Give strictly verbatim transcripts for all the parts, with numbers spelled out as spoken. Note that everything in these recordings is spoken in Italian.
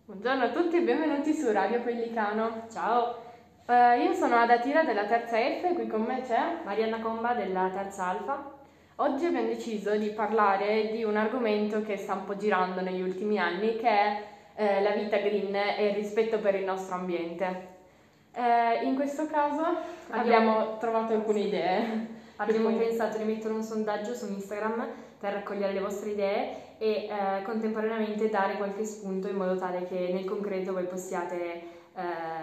Buongiorno a tutti e benvenuti su Radio Pellicano. Ciao, Eh, io sono Adatira della terza F e qui con me c'è. Marianna Comba della terza Alfa. Oggi abbiamo deciso di parlare di un argomento che sta un po' girando negli ultimi anni, che è eh, la vita green e il rispetto per il nostro ambiente. Eh, in questo caso abbiamo, Abbiamo- trovato alcune idee. Abbiamo Quindi- pensato di mettere un sondaggio su Instagram per raccogliere le vostre idee e eh, contemporaneamente dare qualche spunto in modo tale che nel concreto voi possiate, eh,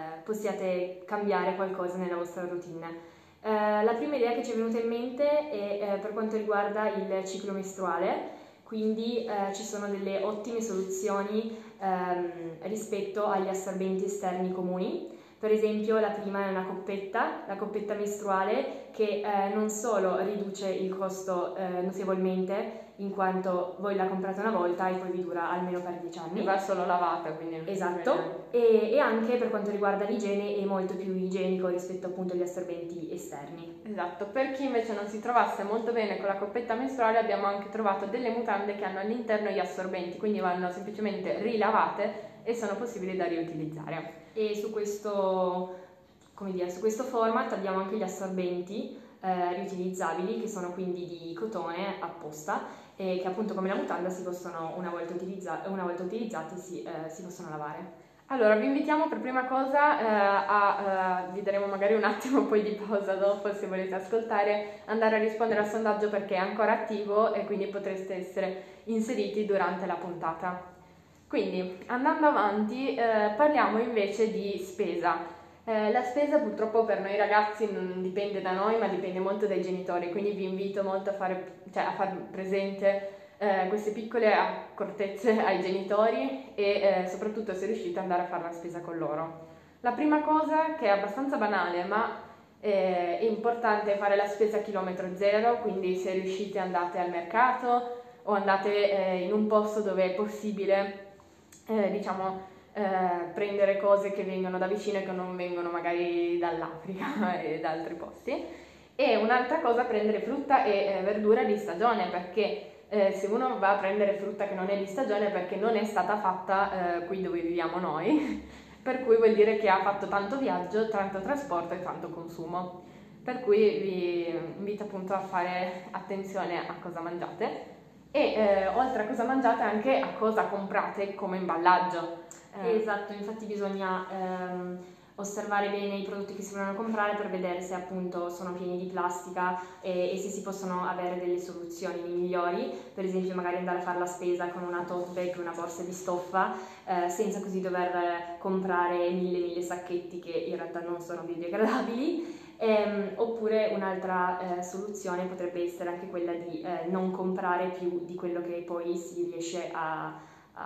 possiate cambiare qualcosa nella vostra routine. Eh, la prima idea che ci è venuta in mente è eh, per quanto riguarda il ciclo mestruale, quindi eh, ci sono delle ottime soluzioni ehm, rispetto agli assorbenti esterni comuni. Per esempio la prima è una coppetta, la coppetta mestruale che eh, non solo riduce il costo eh, notevolmente in quanto voi la comprate una volta e poi vi dura almeno per dieci E anni. va solo lavata, quindi... Esatto, e, e anche per quanto riguarda l'igiene è molto più igienico rispetto appunto agli assorbenti esterni. Esatto, per chi invece non si trovasse molto bene con la coppetta mestruale abbiamo anche trovato delle mutande che hanno all'interno gli assorbenti, quindi vanno semplicemente rilavate e sono possibili da riutilizzare. E su questo, come dire, su questo format abbiamo anche gli assorbenti eh, riutilizzabili che sono quindi di cotone apposta e che appunto come la mutanda si possono, una volta, utilizza- una volta utilizzati, si, eh, si possono lavare. Allora, vi invitiamo per prima cosa eh, a, eh, vi daremo magari un attimo poi di pausa dopo se volete ascoltare, andare a rispondere al sondaggio perché è ancora attivo e quindi potreste essere inseriti durante la puntata. Quindi, andando avanti, eh, parliamo invece di spesa. Eh, la spesa purtroppo per noi ragazzi non dipende da noi, ma dipende molto dai genitori, quindi vi invito molto a fare, cioè, a far presente eh, queste piccole accortezze ai genitori e eh, soprattutto se riuscite ad andare a fare la spesa con loro. La prima cosa, che è abbastanza banale, ma eh, è importante, è fare la spesa a chilometro zero, quindi se riuscite andate al mercato o andate eh, in un posto dove è possibile eh, diciamo, eh, prendere cose che vengono da vicino e che non vengono magari dall'Africa e da altri posti. E un'altra cosa, prendere frutta e eh, verdura di stagione, perché eh, se uno va a prendere frutta che non è di stagione è perché non è stata fatta eh, qui dove viviamo noi, per cui vuol dire che ha fatto tanto viaggio, tanto trasporto e tanto consumo. Per cui vi invito appunto a fare attenzione a cosa mangiate e eh, oltre a cosa mangiate anche a cosa comprate come imballaggio. Eh, Esatto, infatti bisogna ehm, osservare bene i prodotti che si vogliono comprare per vedere se appunto sono pieni di plastica e, e se si possono avere delle soluzioni migliori, per esempio magari andare a fare la spesa con una tote bag, una borsa di stoffa, eh, senza così dover comprare mille mille sacchetti che in realtà non sono biodegradabili. Ehm, oppure un'altra eh, soluzione potrebbe essere anche quella di eh, non comprare più di quello che poi si riesce a,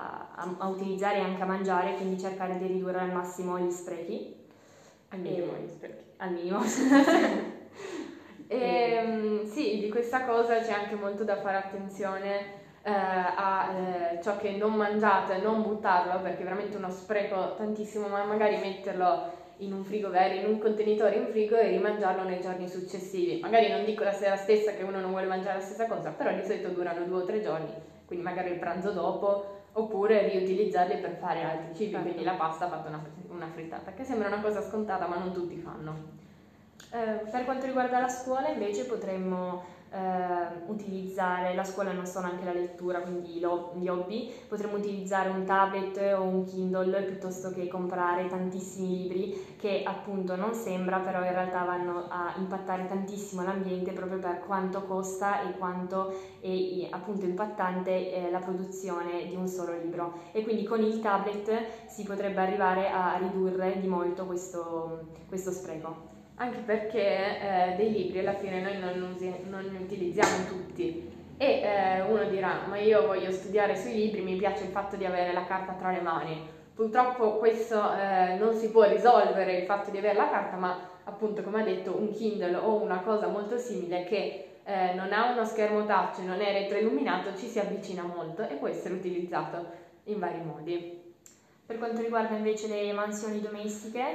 a- a utilizzare e anche a mangiare, quindi cercare di ridurre al massimo gli sprechi. al minimo E- gli sprechi. Al minimo. E, mm, sì, di questa cosa c'è anche molto da fare attenzione eh, a eh, ciò che non mangiate, non buttarlo perché è veramente uno spreco tantissimo, ma magari metterlo in un frigo vero, in un contenitore in frigo e rimangiarlo nei giorni successivi. Magari non dico la sera stessa che uno non vuole mangiare la stessa cosa, però di solito durano due o tre giorni, quindi magari il pranzo dopo, oppure riutilizzarli per fare altri cibi, Certo. quindi la pasta fatta una, una frittata, che sembra una cosa scontata ma non tutti fanno. Eh, per quanto riguarda la scuola invece potremmo eh, utilizzare, la scuola non sono anche la lettura, quindi lo- gli hobby, potremmo utilizzare un tablet o un Kindle piuttosto che comprare tantissimi libri che appunto non sembra, però in realtà vanno a impattare tantissimo l'ambiente proprio per quanto costa e quanto è eh, appunto impattante eh, la produzione di un solo libro. E quindi con il tablet si potrebbe arrivare a ridurre di molto questo, questo spreco. Anche perché eh, dei libri alla fine noi non, usi- non ne utilizziamo tutti e eh, uno dirà ma io voglio studiare sui libri, mi piace il fatto di avere la carta tra le mani. Purtroppo questo eh, non si può risolvere il fatto di avere la carta, ma appunto come ha detto un Kindle o una cosa molto simile che eh, non ha uno schermo touch, non è retroilluminato, ci si avvicina molto e può essere utilizzato in vari modi. Per quanto riguarda invece le mansioni domestiche,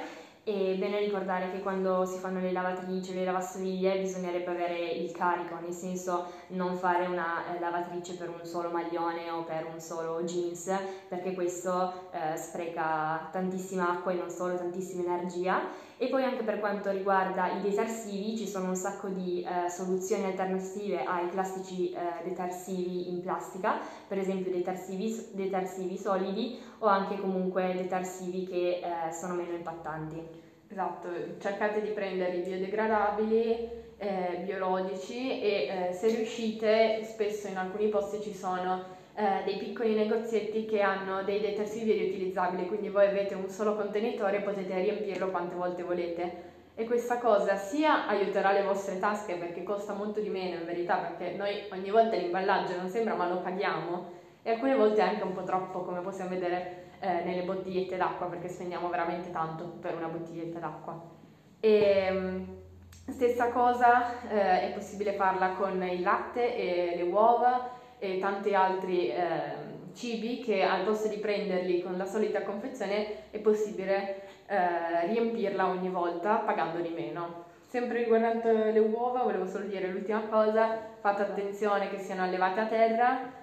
E bene ricordare che quando si fanno le lavatrici o le lavastoviglie bisognerebbe avere il carico, nel senso non fare una eh, lavatrice per un solo maglione o per un solo jeans, perché questo eh, spreca tantissima acqua e non solo tantissima energia. E poi anche per quanto riguarda i detersivi ci sono un sacco di eh, soluzioni alternative ai classici eh, detersivi in plastica, per esempio detersivi, detersivi solidi o anche comunque detersivi che eh, sono meno impattanti. Esatto, cercate di prenderli biodegradabili, eh, biologici e eh, se riuscite, spesso in alcuni posti ci sono eh, dei piccoli negozietti che hanno dei detersivi riutilizzabili, quindi voi avete un solo contenitore e potete riempirlo quante volte volete. E questa cosa sia aiuterà le vostre tasche perché costa molto di meno in verità, perché noi ogni volta l'imballaggio non sembra ma lo paghiamo e alcune volte anche un po' troppo, come possiamo vedere eh, nelle bottigliette d'acqua, perché spendiamo veramente tanto per una bottiglietta d'acqua. E stessa cosa eh, è possibile farla con il latte e le uova e tanti altri eh, cibi che al posto di prenderli con la solita confezione è possibile eh, riempirla ogni volta pagando di meno. Sempre riguardante le uova, volevo solo dire l'ultima cosa, fate attenzione che siano allevate a terra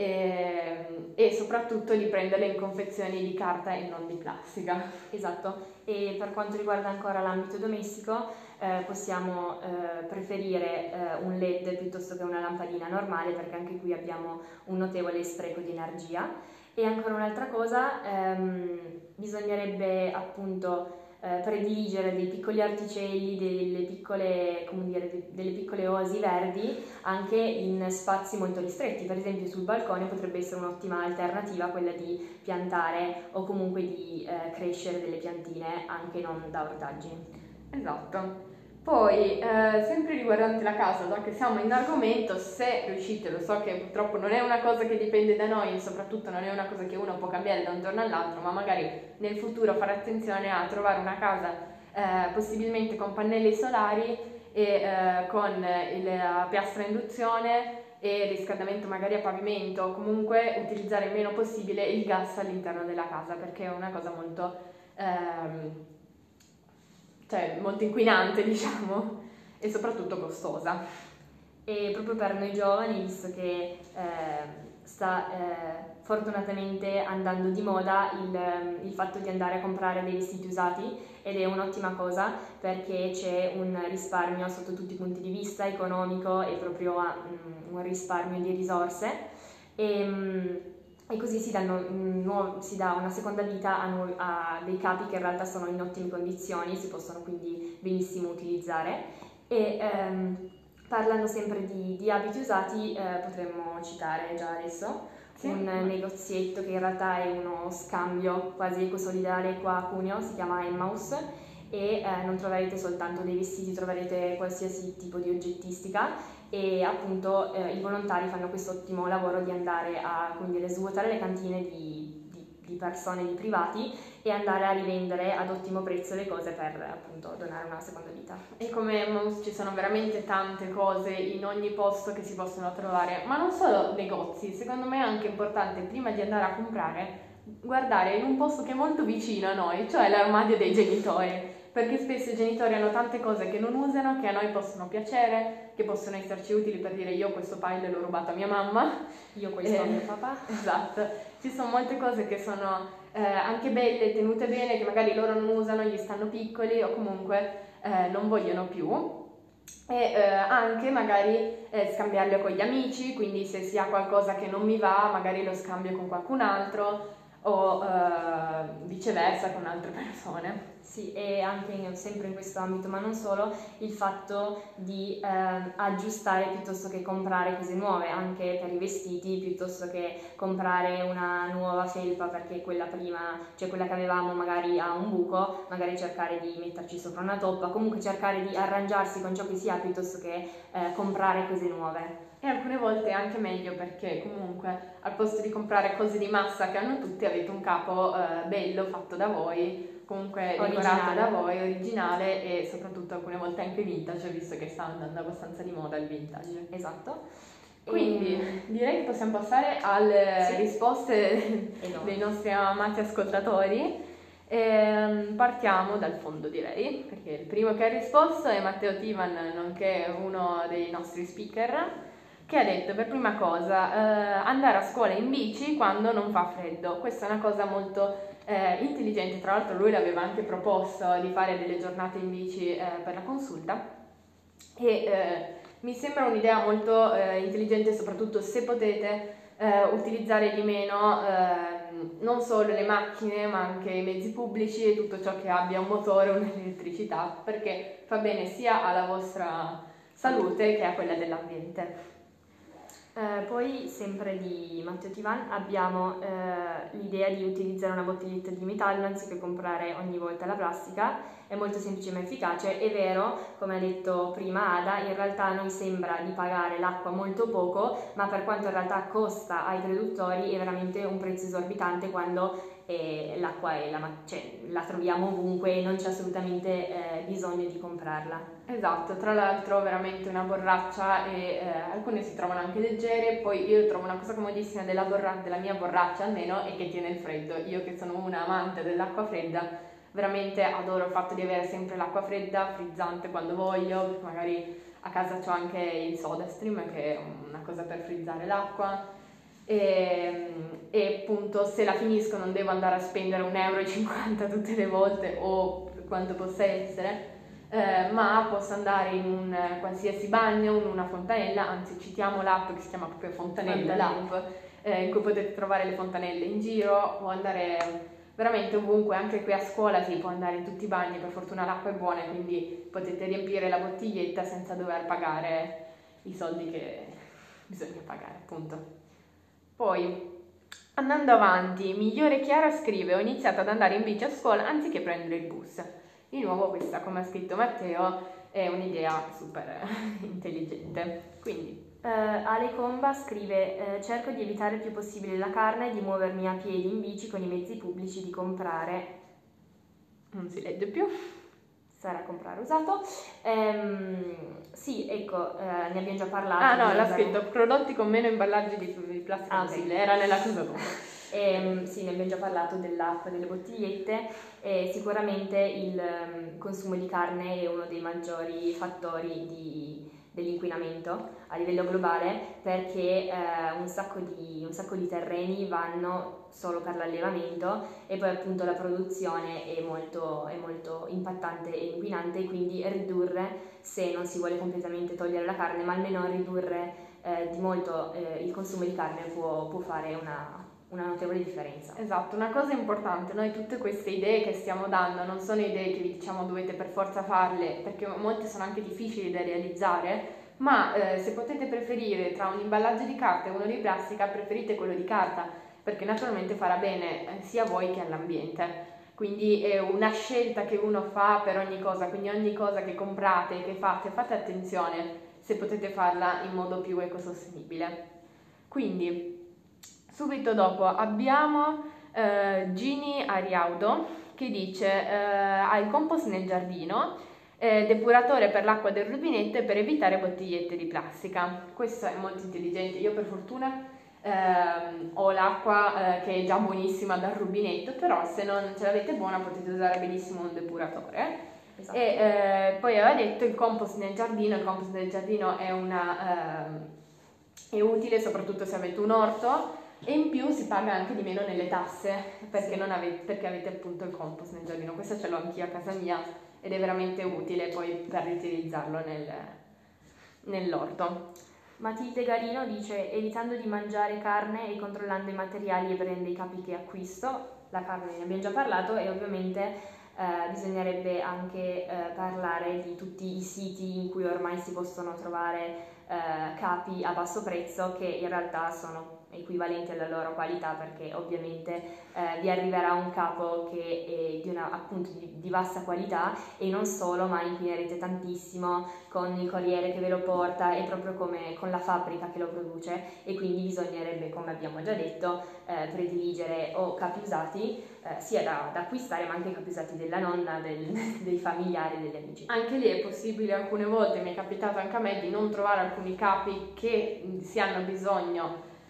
e, e soprattutto di prenderle in confezioni di carta e non di plastica. Esatto, e per quanto riguarda ancora l'ambito domestico eh, possiamo eh, preferire eh, un L E D piuttosto che una lampadina normale, perché anche qui abbiamo un notevole spreco di energia. E ancora un'altra cosa, ehm, bisognerebbe appunto eh, prediligere dei piccoli articelli, delle piccole, come dire, de- delle piccole oasi verdi anche in spazi molto ristretti. Per esempio sul balcone potrebbe essere un'ottima alternativa quella di piantare o comunque di eh, crescere delle piantine anche non da ortaggi. Esatto. Poi, eh, sempre riguardante la casa, già che siamo in argomento, se riuscite, lo so che purtroppo non è una cosa che dipende da noi e soprattutto non è una cosa che uno può cambiare da un giorno all'altro, ma magari nel futuro fare attenzione a trovare una casa eh, possibilmente con pannelli solari e eh, con il- la piastra a induzione e riscaldamento magari a pavimento, o comunque utilizzare il meno possibile il gas all'interno della casa, perché è una cosa molto... ehm, cioè molto inquinante, diciamo, e soprattutto costosa. E proprio per noi giovani, visto che eh, sta eh, fortunatamente andando di moda il, ehm, il fatto di andare a comprare dei vestiti usati, ed è un'ottima cosa perché c'è un risparmio sotto tutti i punti di vista, economico e proprio mm, un risparmio di risorse. E, mm, e così si, danno, mm, nuov- si dà una seconda vita a, nu- a dei capi che in realtà sono in ottime condizioni, si possono quindi benissimo utilizzare. E ehm, parlando sempre di, di abiti usati, eh, potremmo citare già adesso Sì. un negozietto che in realtà è uno scambio quasi ecosolidale qua a Cuneo, si chiama Emmaus, e eh, non troverete soltanto dei vestiti, troverete qualsiasi tipo di oggettistica e appunto eh, i volontari fanno questo ottimo lavoro di andare a, come dire, svuotare le cantine di, di, di persone, di privati, e andare a rivendere ad ottimo prezzo le cose per appunto donare una seconda vita. E come Emmaus ci sono veramente tante cose in ogni posto che si possono trovare, ma non solo negozi, secondo me è anche importante prima di andare a comprare guardare in un posto che è molto vicino a noi, cioè l'armadio dei genitori, perché spesso i genitori hanno tante cose che non usano, che a noi possono piacere, che possono esserci utili per dire io questo pile l'ho rubato a mia mamma, io questo eh, a mio papà. Esatto, ci sono molte cose che sono eh, anche belle, tenute bene, che magari loro non usano, gli stanno piccoli o comunque eh, non vogliono più. E eh, anche magari eh, scambiarle con gli amici, quindi se si ha qualcosa che non mi va magari lo scambio con qualcun altro o eh, viceversa con altre persone. Sì, e anche in- sempre in questo ambito, ma non solo, il fatto di eh, aggiustare piuttosto che comprare cose nuove, anche per i vestiti, piuttosto che comprare una nuova felpa perché quella prima, cioè quella che avevamo magari ha un buco, magari cercare di metterci sopra una toppa, comunque cercare di arrangiarsi con ciò che si ha piuttosto che eh, comprare cose nuove. E alcune volte è anche meglio perché comunque al posto di comprare cose di massa che hanno tutti avete un capo eh, bello fatto da voi, comunque decorato Originale. da voi, originale e soprattutto alcune volte anche vintage, visto che sta andando abbastanza di moda il vintage. Esatto. Quindi E- direi che possiamo passare alle Sì. risposte E no. dei nostri amati ascoltatori. Ehm, partiamo dal fondo, direi, perché il primo che ha risposto è Matteo Tivan, nonché uno dei nostri speaker, che ha detto per prima cosa eh, andare a scuola in bici quando non fa freddo. Questa è una cosa molto eh, intelligente, tra l'altro lui l'aveva anche proposto di fare delle giornate in bici eh, per la consulta e eh, mi sembra un'idea molto eh, intelligente, soprattutto se potete eh, utilizzare di meno eh, non solo le macchine ma anche i mezzi pubblici e tutto ciò che abbia un motore o un'elettricità, perché fa bene sia alla vostra salute che a quella dell'ambiente. Eh, poi, sempre di Matteo Tivan, abbiamo eh, l'idea di utilizzare una bottiglietta di metallo anziché comprare ogni volta la plastica. È molto semplice ma efficace. È vero, come ha detto prima Ada, in realtà a noi sembra di pagare l'acqua molto poco, ma per quanto in realtà costa ai produttori è veramente un prezzo esorbitante quando eh, l'acqua è la, cioè, la troviamo ovunque e non c'è assolutamente eh, bisogno di comprarla. Esatto, tra l'altro veramente una borraccia e eh, alcune si trovano anche leggere, poi io trovo una cosa comodissima della, borra- della mia borraccia almeno è che tiene il freddo. Io che sono una amante dell'acqua fredda, veramente adoro il fatto di avere sempre l'acqua fredda, frizzante quando voglio, magari a casa c'ho anche il SodaStream che è una cosa per frizzare l'acqua e, e appunto se la finisco non devo andare a spendere un euro e cinquanta tutte le volte o quanto possa essere. Eh, ma posso andare in un eh, qualsiasi bagno, in una fontanella, anzi citiamo l'app che si chiama proprio Fontanelle, l'app eh, in cui potete trovare le fontanelle in giro o andare veramente ovunque, anche qui a scuola si può andare in tutti i bagni, per fortuna l'acqua è buona, quindi potete riempire la bottiglietta senza dover pagare i soldi che bisogna pagare, appunto. Poi, andando avanti, Migliore Chiara scrive: ho iniziato ad andare in bici a scuola anziché prendere il bus. Di nuovo questa, come ha scritto Matteo, è un'idea super intelligente. Quindi, Uh, Ale Comba scrive: eh, cerco di evitare il più possibile la carne, di muovermi a piedi in bici con i mezzi pubblici, di comprare, non si legge più, sarà comprare usato. Ehm, sì, ecco, eh, ne abbiamo già parlato. Ah no, l'ha scritto prodotti con meno imballaggi di, di plastica ah, possibile, okay. Era nella cosa dopo. Eh, sì, ne abbiamo già parlato dell'app delle bottigliette e sicuramente il um, consumo di carne è uno dei maggiori fattori di, dell'inquinamento a livello globale, perché eh, un, sacco di, un sacco di terreni vanno solo per l'allevamento e poi appunto la produzione è molto, è molto impattante e inquinante, quindi ridurre, se non si vuole completamente togliere la carne, ma almeno ridurre eh, di molto eh, il consumo di carne può, può fare una una notevole differenza. Esatto, una cosa importante, noi tutte queste idee che stiamo dando non sono idee che vi diciamo dovete per forza farle, perché molte sono anche difficili da realizzare, ma eh, se potete preferire tra un imballaggio di carta e uno di plastica, preferite quello di carta, perché naturalmente farà bene eh, sia a voi che all'ambiente. Quindi è una scelta che uno fa per ogni cosa, quindi ogni cosa che comprate, che fate, fate attenzione se potete farla in modo più ecosostenibile. Quindi, subito dopo abbiamo eh, Gini Ariaudo che dice eh, ha il compost nel giardino, eh, depuratore per l'acqua del rubinetto e per evitare bottigliette di plastica. Questo è molto intelligente. Io per fortuna ehm, ho l'acqua eh, che è già buonissima dal rubinetto, però se non ce l'avete buona potete usare benissimo un depuratore. Esatto. E eh, poi aveva detto il compost nel giardino. Il compost nel giardino è, una, eh, è utile soprattutto se avete un orto, e in più si paga anche di meno nelle tasse perché, sì. non avete, perché avete appunto il compost nel giardino. Questo ce l'ho anch'io a casa mia ed è veramente utile poi per riutilizzarlo nel, nell'orto. Matilde Garino dice: evitando di mangiare carne e controllando i materiali e brand dei capi che acquisto. La carne ne abbiamo già parlato e ovviamente eh, bisognerebbe anche eh, parlare di tutti i siti in cui ormai si possono trovare eh, capi a basso prezzo che in realtà sono equivalenti alla loro qualità, perché ovviamente eh, vi arriverà un capo che è di una appunto di, di bassa qualità e non solo, ma inquinerete tantissimo con il corriere che ve lo porta e proprio come con la fabbrica che lo produce, e quindi bisognerebbe, come abbiamo già detto, eh, prediligere o capi usati eh, sia da, da acquistare, ma anche capi usati della nonna, del, dei familiari, degli amici. Anche lì è possibile, alcune volte mi è capitato anche a me di non trovare alcuni capi che si hanno bisogno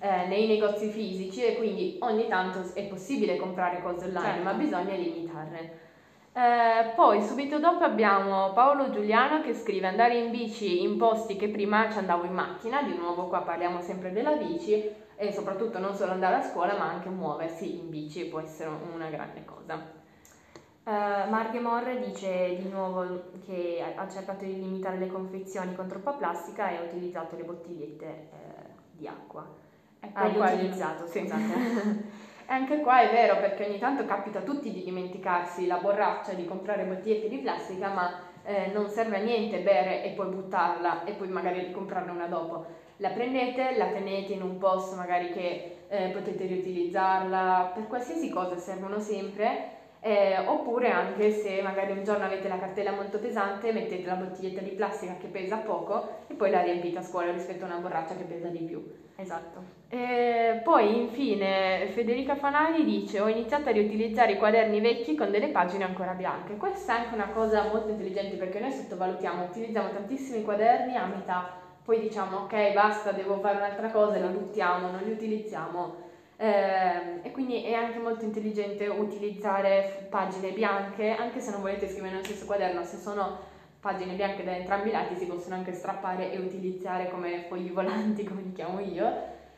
eh, nei negozi fisici, e quindi ogni tanto è possibile comprare cose online, certo. ma bisogna limitarle. Eh, poi subito dopo abbiamo Paolo Giuliano che scrive: andare in bici in posti che prima ci andavo in macchina. Di nuovo qua parliamo sempre della bici, e soprattutto non solo andare a scuola ma anche muoversi in bici può essere una grande cosa. Uh, Marghe Morre dice di nuovo che ha cercato di limitare le confezioni con troppa plastica e ha utilizzato le bottigliette eh, di acqua. Ecco, ha qua riutilizzato, sì. scusate. Anche qua è vero, perché ogni tanto capita a tutti di dimenticarsi la borraccia, di comprare bottigliette di plastica, ma eh, non serve a niente bere e poi buttarla e poi magari ricomprarne una dopo. La prendete, la tenete in un posto magari che eh, potete riutilizzarla, per qualsiasi cosa servono sempre. Eh, oppure anche se magari un giorno avete la cartella molto pesante, mettete la bottiglietta di plastica che pesa poco e poi la riempite a scuola rispetto a una borraccia che pesa di più. Esatto. Eh, poi infine Federica Fanali dice: ho iniziato a riutilizzare i quaderni vecchi con delle pagine ancora bianche. Questa è anche una cosa molto intelligente, perché noi sottovalutiamo, utilizziamo tantissimi quaderni a metà, poi diciamo ok basta, devo fare un'altra cosa e li buttiamo, non li utilizziamo. Eh, e quindi è anche molto intelligente utilizzare pagine bianche, anche se non volete scrivere nello stesso quaderno. Se sono pagine bianche da entrambi i lati si possono anche strappare e utilizzare come fogli volanti, come li chiamo io.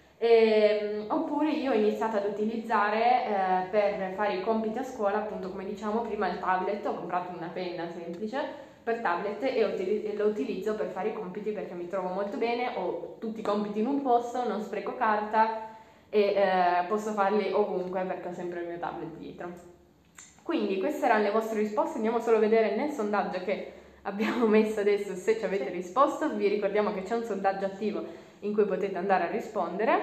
E, oppure io ho iniziato ad utilizzare eh, per fare i compiti a scuola, appunto come diciamo prima, il tablet. Ho comprato una penna semplice per tablet e, util- e lo utilizzo per fare i compiti, perché mi trovo molto bene, ho tutti i compiti in un posto, non spreco carta e eh, posso farli ovunque perché ho sempre il mio tablet dietro. Quindi queste erano le vostre risposte. Andiamo solo a vedere nel sondaggio che abbiamo messo adesso se ci avete risposto. Vi ricordiamo che c'è un sondaggio attivo in cui potete andare a rispondere,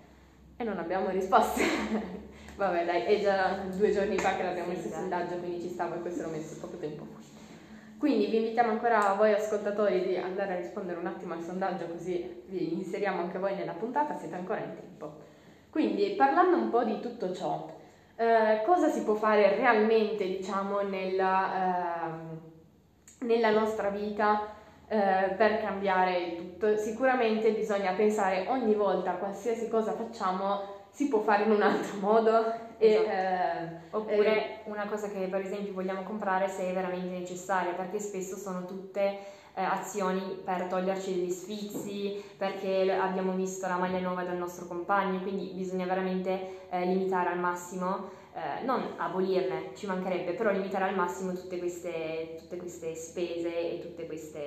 e non abbiamo risposte. Vabbè dai, è già due giorni fa che l'abbiamo messo il sondaggio, quindi ci stava, e questo l'ho messo poco tempo fa. Quindi vi invitiamo ancora voi ascoltatori di andare a rispondere un attimo al sondaggio, così vi inseriamo anche voi nella puntata, siete ancora in tempo. Quindi, parlando un po' di tutto ciò, eh, cosa si può fare realmente, diciamo, nella, eh, nella nostra vita eh, per cambiare il tutto? Sicuramente bisogna pensare ogni volta, qualsiasi cosa facciamo, si può fare in un altro modo. E, esatto. eh, Oppure eh, una cosa che per esempio vogliamo comprare se è veramente necessaria, perché spesso sono tutte Eh, azioni per toglierci degli sfizi, perché abbiamo visto la maglia nuova del nostro compagno, quindi bisogna veramente eh, limitare al massimo, eh, non abolirne, ci mancherebbe, però limitare al massimo tutte queste, tutte queste spese e tutti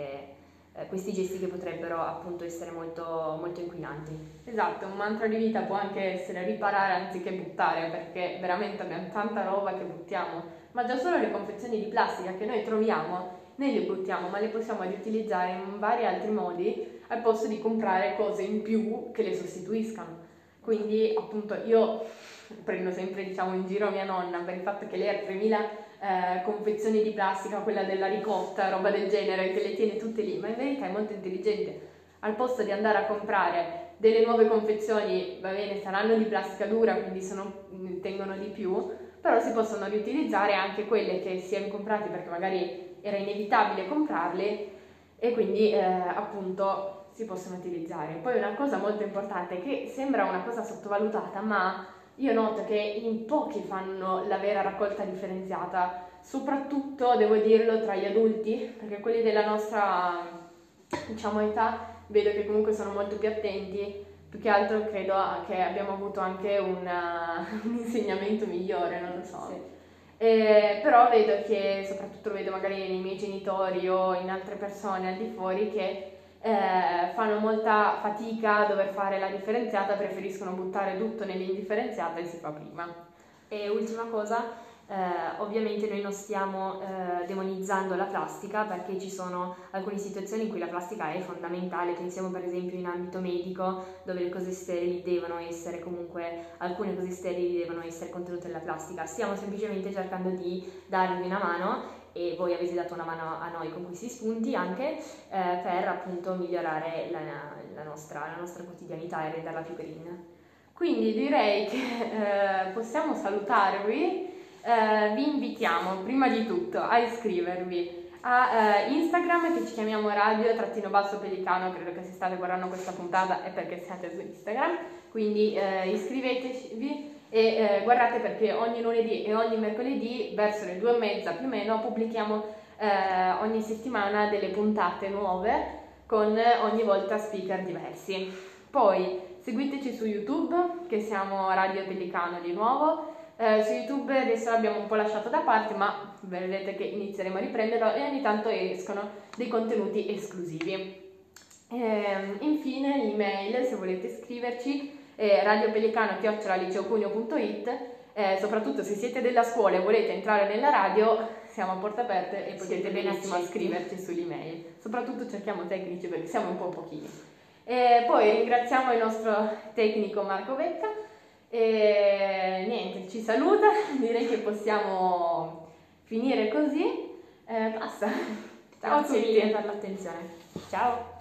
eh, questi gesti che potrebbero appunto essere molto, molto inquinanti. Esatto, un mantra di vita può anche essere riparare anziché buttare, perché veramente abbiamo tanta roba che buttiamo, ma già solo le confezioni di plastica che noi troviamo noi le buttiamo, ma le possiamo riutilizzare in vari altri modi al posto di comprare cose in più che le sostituiscano. Quindi appunto io prendo sempre, diciamo, in giro mia nonna per il fatto che lei ha tremila eh, confezioni di plastica, quella della ricotta, roba del genere, che le tiene tutte lì, ma in verità è molto intelligente. Al posto di andare a comprare delle nuove confezioni, va bene, saranno di plastica dura, quindi sono, tengono di più, però si possono riutilizzare anche quelle che si è comprate perché magari era inevitabile comprarle, e quindi eh, appunto si possono utilizzare. Poi una cosa molto importante, che sembra una cosa sottovalutata, ma io noto che in pochi fanno la vera raccolta differenziata, soprattutto devo dirlo tra gli adulti, perché quelli della nostra, diciamo, età vedo che comunque sono molto più attenti. Più che altro credo che abbiamo avuto anche una, un insegnamento migliore, non lo so. Sì. Eh, però vedo che, soprattutto lo vedo magari nei miei genitori o in altre persone al di fuori, che eh, fanno molta fatica a dover fare la differenziata, preferiscono buttare tutto nell'indifferenziata e si fa prima. E ultima cosa, eh, ovviamente noi non stiamo eh, demonizzando la plastica, perché ci sono alcune situazioni in cui la plastica è fondamentale. Pensiamo per esempio in ambito medico, dove le cose sterili devono essere comunque, alcune cose sterili devono essere contenute nella plastica. Stiamo semplicemente cercando di darvi una mano, e voi avete dato una mano a noi con questi spunti anche, eh, per appunto migliorare la, la, nostra, la nostra quotidianità e renderla più green. Quindi direi che eh, possiamo salutarvi. Eh, vi invitiamo prima di tutto a iscrivervi a eh, Instagram, che ci chiamiamo radio trattino basso pelicano. Credo che se state guardando questa puntata è perché siete su Instagram, quindi eh, iscrivetevi e eh, guardate, perché ogni lunedì e ogni mercoledì verso le due e mezza più o meno pubblichiamo eh, ogni settimana delle puntate nuove con ogni volta speaker diversi. Poi seguiteci su YouTube, che siamo Radio Pelicano di nuovo. Eh, su YouTube adesso l'abbiamo un po' lasciato da parte, ma vedrete che inizieremo a riprenderlo e ogni tanto escono dei contenuti esclusivi. Eh, infine l'email, se volete scriverci, è radiopelicano chiocciola liceocuneo punto it. Eh, soprattutto se siete della scuola e volete entrare nella radio, siamo a porte aperte e potete benissimo scriverci sull'email. Soprattutto cerchiamo tecnici, perché siamo un po' pochini. E poi ringraziamo il nostro tecnico Marco Vecca e niente, ci saluta. Direi che possiamo finire così. Eh, basta. Ciao a tutti. Grazie mille per l'attenzione. Ciao.